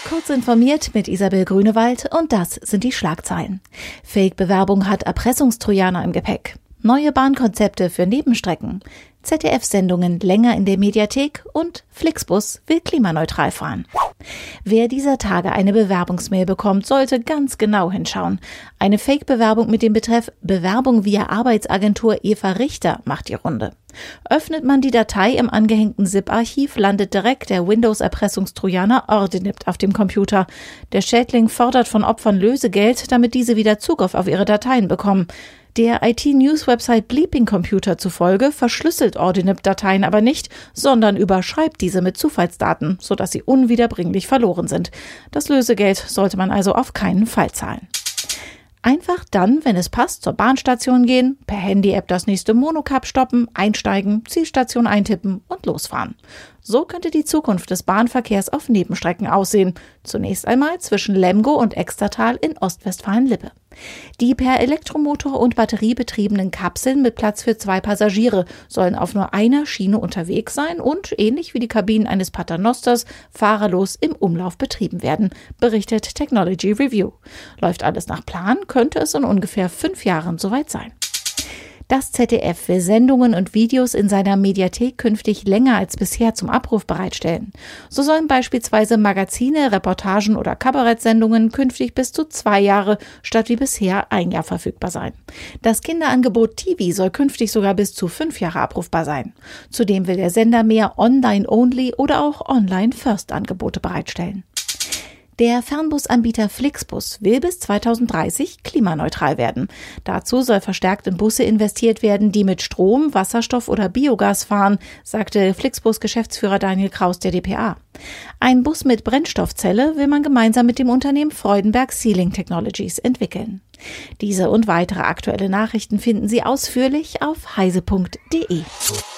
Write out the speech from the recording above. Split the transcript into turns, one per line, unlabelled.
Kurz informiert mit Isabel Grünewald und das sind die Schlagzeilen. Fake-Bewerbung hat Erpressungstrojaner im Gepäck. Neue Bahnkonzepte für Nebenstrecken. ZDF-Sendungen länger in der Mediathek und Flixbus will klimaneutral fahren. Wer dieser Tage eine Bewerbungsmail bekommt, sollte ganz genau hinschauen. Eine Fake-Bewerbung mit dem Betreff Bewerbung via Arbeitsagentur Eva Richter macht die Runde. Öffnet man die Datei im angehängten ZIP-Archiv, landet direkt der Windows-Erpressungstrojaner Ordinip auf dem Computer. Der Schädling fordert von Opfern Lösegeld, damit diese wieder Zugriff auf ihre Dateien bekommen. Der IT-News-Website Bleeping Computer zufolge verschlüsselt Ordinip-Dateien aber nicht, sondern überschreibt diese mit Zufallsdaten, sodass sie unwiederbringlich verloren sind. Das Lösegeld sollte man also auf keinen Fall zahlen. Einfach dann, wenn es passt, zur Bahnstation gehen, per Handy-App das nächste Monocap stoppen, einsteigen, Zielstation eintippen und losfahren. So könnte die Zukunft des Bahnverkehrs auf Nebenstrecken aussehen. Zunächst einmal zwischen Lemgo und Extertal in Ostwestfalen-Lippe. Die per Elektromotor und Batterie betriebenen Kapseln mit Platz für 2 Passagiere sollen auf nur einer Schiene unterwegs sein und, ähnlich wie die Kabinen eines Paternosters, fahrerlos im Umlauf betrieben werden, berichtet Technology Review. Läuft alles nach Plan, könnte es in ungefähr 5 Jahren soweit sein. Das ZDF will Sendungen und Videos in seiner Mediathek künftig länger als bisher zum Abruf bereitstellen. So sollen beispielsweise Magazine, Reportagen oder Kabarettsendungen künftig bis zu 2 Jahre statt wie bisher 1 Jahr verfügbar sein. Das Kinderangebot TV soll künftig sogar bis zu 5 Jahre abrufbar sein. Zudem will der Sender mehr Online-Only oder auch Online-First-Angebote bereitstellen. Der Fernbusanbieter Flixbus will bis 2030 klimaneutral werden. Dazu soll verstärkt in Busse investiert werden, die mit Strom, Wasserstoff oder Biogas fahren, sagte Flixbus-Geschäftsführer Daniel Kraus der dpa. Ein Bus mit Brennstoffzelle will man gemeinsam mit dem Unternehmen Freudenberg Sealing Technologies entwickeln. Diese und weitere aktuelle Nachrichten finden Sie ausführlich auf heise.de.